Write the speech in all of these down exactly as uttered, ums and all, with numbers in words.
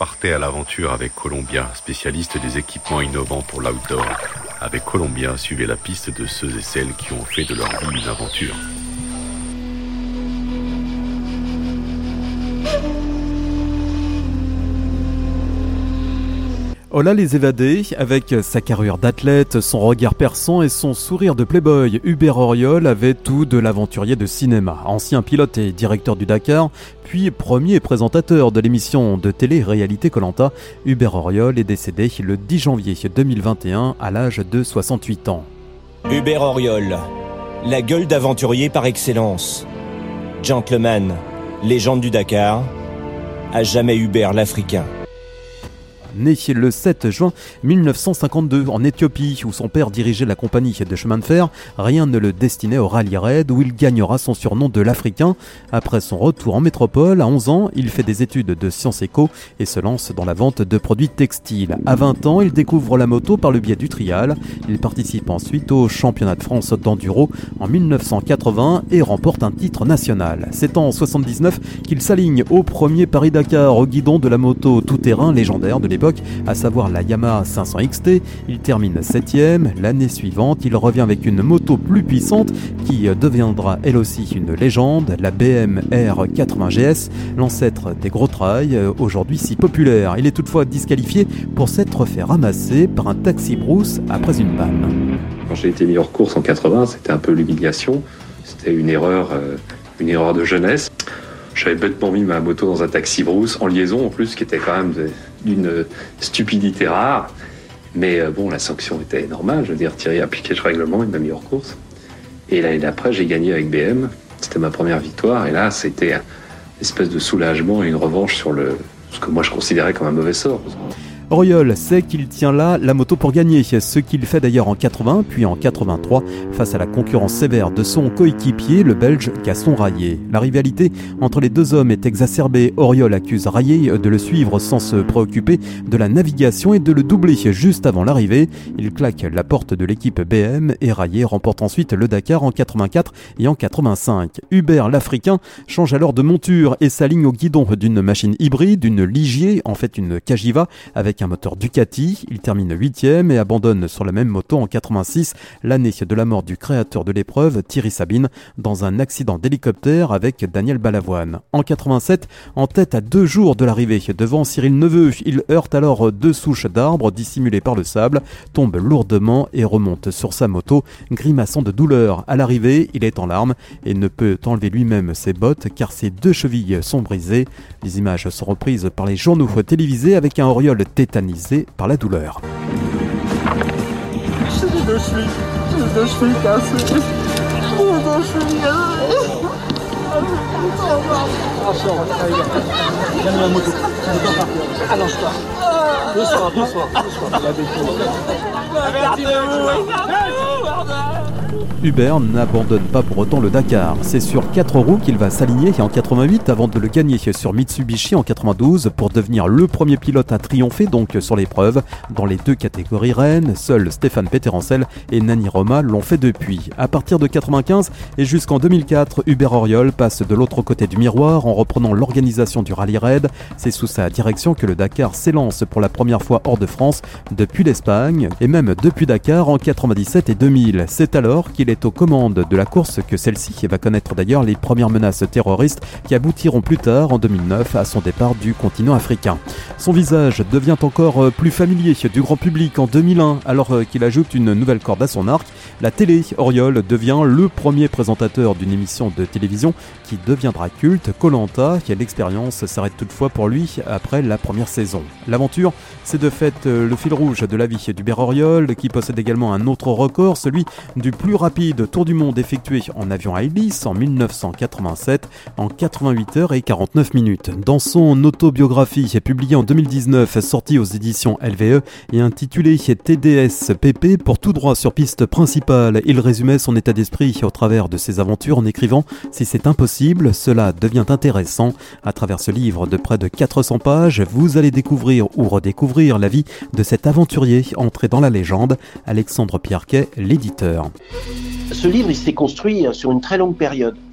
partez à l'aventure avec Columbia, spécialiste des équipements innovants pour l'outdoor. Avec Columbia, suivez la piste de ceux et celles qui ont fait de leur vie une aventure. Hola les évadés, avec sa carrure d'athlète, son regard perçant et son sourire de playboy, Hubert Auriol avait tout de l'aventurier de cinéma. Ancien pilote et directeur du Dakar, puis premier présentateur de l'émission de télé Réalité Koh-Lanta, Hubert Auriol est décédé le dix janvier deux mille vingt et un à l'âge de soixante-huit ans. Hubert Auriol, la gueule d'aventurier par excellence. Gentleman, légende du Dakar, à jamais Hubert l'Africain. Né le sept juin mille neuf cent cinquante-deux en Éthiopie où son père dirigeait la compagnie de chemin de fer, rien ne le destinait au rallye raid où il gagnera son surnom de l'Africain. Après son retour en métropole, à onze ans, il fait des études de sciences éco et se lance dans la vente de produits textiles. À vingt ans, il découvre la moto par le biais du trial. Il participe ensuite au championnat de France d'enduro en mille neuf cent quatre-vingts et remporte un titre national. C'est en soixante-dix-neuf qu'il s'aligne au premier Paris-Dakar au guidon de la moto tout-terrain légendaire de l'époque, à savoir la Yamaha cinq cents X T. Il termine septième. L'année suivante, il revient avec une moto plus puissante qui deviendra elle aussi une légende, la B M R quatre-vingts G S, l'ancêtre des gros trails, aujourd'hui si populaire. Il est toutefois disqualifié pour s'être fait ramasser par un taxi brousse après une panne. Quand j'ai été mis hors course en quatre-vingts, c'était un peu l'humiliation. C'était une erreur, euh, une erreur de jeunesse. J'avais bêtement mis ma moto dans un taxi brousse, en liaison en plus, qui était quand même d'une stupidité rare. Mais euh, bon, la sanction était normale. Je veux dire, Thierry a appliqué le règlement, il m'a mis hors course. Et l'année d'après, j'ai gagné avec B M. C'était ma première victoire. Et là, c'était une espèce de soulagement et une revanche sur le, ce que moi je considérais comme un mauvais sort. Auriol sait qu'il tient là la moto pour gagner, ce qu'il fait d'ailleurs en quatre-vingts puis en quatre-vingt-trois face à la concurrence sévère de son coéquipier, le Belge Gaston Rayet. La rivalité entre les deux hommes est exacerbée. Auriol accuse Rayet de le suivre sans se préoccuper de la navigation et de le doubler juste avant l'arrivée. Il claque la porte de l'équipe B M et Rayet remporte ensuite le Dakar en quatre-vingt-quatre et en quatre-vingt-cinq. Hubert l'Africain change alors de monture et s'aligne au guidon d'une machine hybride, une Ligier, en fait une Cagiva, avec un moteur Ducati. Il termine huitième et abandonne sur la même moto en quatre-vingt-six, l'année de la mort du créateur de l'épreuve, Thierry Sabine, dans un accident d'hélicoptère avec Daniel Balavoine. En quatre-vingt-sept, en tête à deux jours de l'arrivée devant Cyril Neveu, il heurte alors deux souches d'arbres dissimulées par le sable, tombe lourdement et remonte sur sa moto, grimaçant de douleur. À l'arrivée, il est en larmes et ne peut enlever lui-même ses bottes car ses deux chevilles sont brisées. Les images sont reprises par les journaux télévisés avec un Auriol tétanisé par la douleur. J'ai les deux chevilles, j'ai les deux chevilles cassées. J'ai les deux chevilles. Viens de la moto. Allonge-toi. Doucement, doucement, Hubert n'abandonne pas pour autant le Dakar. C'est sur quatre roues qu'il va s'aligner en quatre-vingt-huit avant de le gagner sur Mitsubishi en quatre-vingt-douze pour devenir le premier pilote à triompher donc sur l'épreuve. Dans les deux catégories reines, seuls Stéphane Peterencel et Nani Roma l'ont fait depuis. À partir de quatre-vingt-quinze et jusqu'en deux mille quatre, Hubert Auriol passe de l'autre côté du miroir en reprenant l'organisation du rallye raid. C'est sous sa direction que le Dakar s'élance pour la première fois hors de France depuis l'Espagne et même depuis Dakar en quatre-vingt-dix-sept et deux mille. C'est alors qu'il est aux commandes de la course que celle-ci va connaître d'ailleurs les premières menaces terroristes qui aboutiront plus tard en deux mille neuf à son départ du continent africain. Son visage devient encore plus familier du grand public en deux mille un alors qu'il ajoute une nouvelle corde à son arc. La télé, Auriol devient le premier présentateur d'une émission de télévision qui deviendra culte, Koh-Lanta. L'expérience s'arrête toutefois pour lui après la première saison. L'aventure, c'est de fait le fil rouge de la vie d'Hubert Auriol qui possède également un autre record, celui du plus rapide tour du monde effectué en avion à hélice en mille neuf cent quatre-vingt-sept en quatre-vingt-huit heures et quarante-neuf minutes. Dans son autobiographie publiée en deux mille dix-neuf, sortie aux éditions L V E et intitulée T D S P P pour tout droit sur piste principale, il résumait son état d'esprit au travers de ses aventures en écrivant « Si c'est impossible, cela devient intéressant ». À travers ce livre de près de quatre cents pages, vous allez découvrir ou redécouvrir la vie de cet aventurier entré dans la légende. Alexandre Pierquet, l'éditeur. Ce livre, il s'est construit sur une très longue période.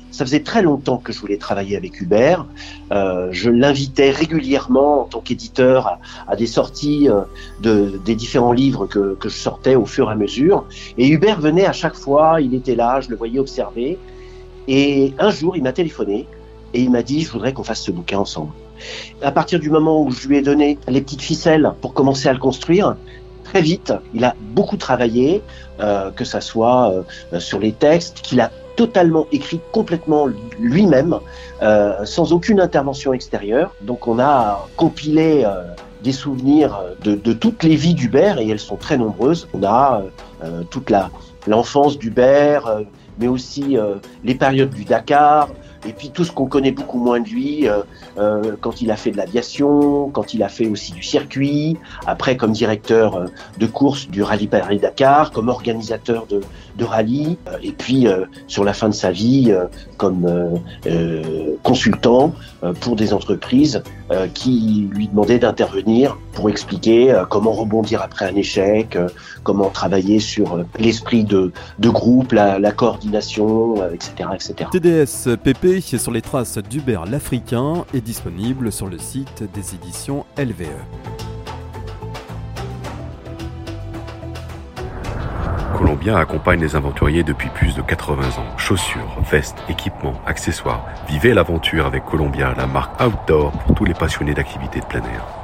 Ça faisait très longtemps que je voulais travailler avec Hubert. Euh, je l'invitais régulièrement en tant qu'éditeur à, à des sorties euh, de, des différents livres que, que je sortais au fur et à mesure. Et Hubert venait à chaque fois, il était là, je le voyais observer. Et un jour, il m'a téléphoné et il m'a dit « Je voudrais qu'on fasse ce bouquin ensemble ». À partir du moment où je lui ai donné les petites ficelles pour commencer à le construire, très vite, il a beaucoup travaillé, euh, que ça soit euh, sur les textes, qu'il a totalement écrit complètement lui-même, euh, sans aucune intervention extérieure. Donc on a compilé euh, des souvenirs de, de toutes les vies d'Hubert, et elles sont très nombreuses. On a euh, toute la, l'enfance d'Hubert, euh, mais aussi euh, les périodes du Dakar, et puis tout ce qu'on connaît beaucoup moins de lui, euh, euh, quand il a fait de l'aviation, quand il a fait aussi du circuit, après comme directeur euh, de course du Rallye Paris-Dakar, comme organisateur de, de rallye, euh, et puis euh, sur la fin de sa vie euh, comme euh, euh, consultant euh, pour des entreprises euh, qui lui demandaient d'intervenir pour expliquer euh, comment rebondir après un échec, euh, comment travailler sur euh, l'esprit de, de groupe, la, la coordination, euh, et cetera, et cetera. T D S P P sur les traces d'Hubert l'Africain est disponible sur le site des éditions L V E. Colombien accompagne les aventuriers depuis plus de quatre-vingts ans. Chaussures, vestes, équipements, accessoires. Vivez l'aventure avec Colombien, la marque outdoor pour tous les passionnés d'activités de plein air.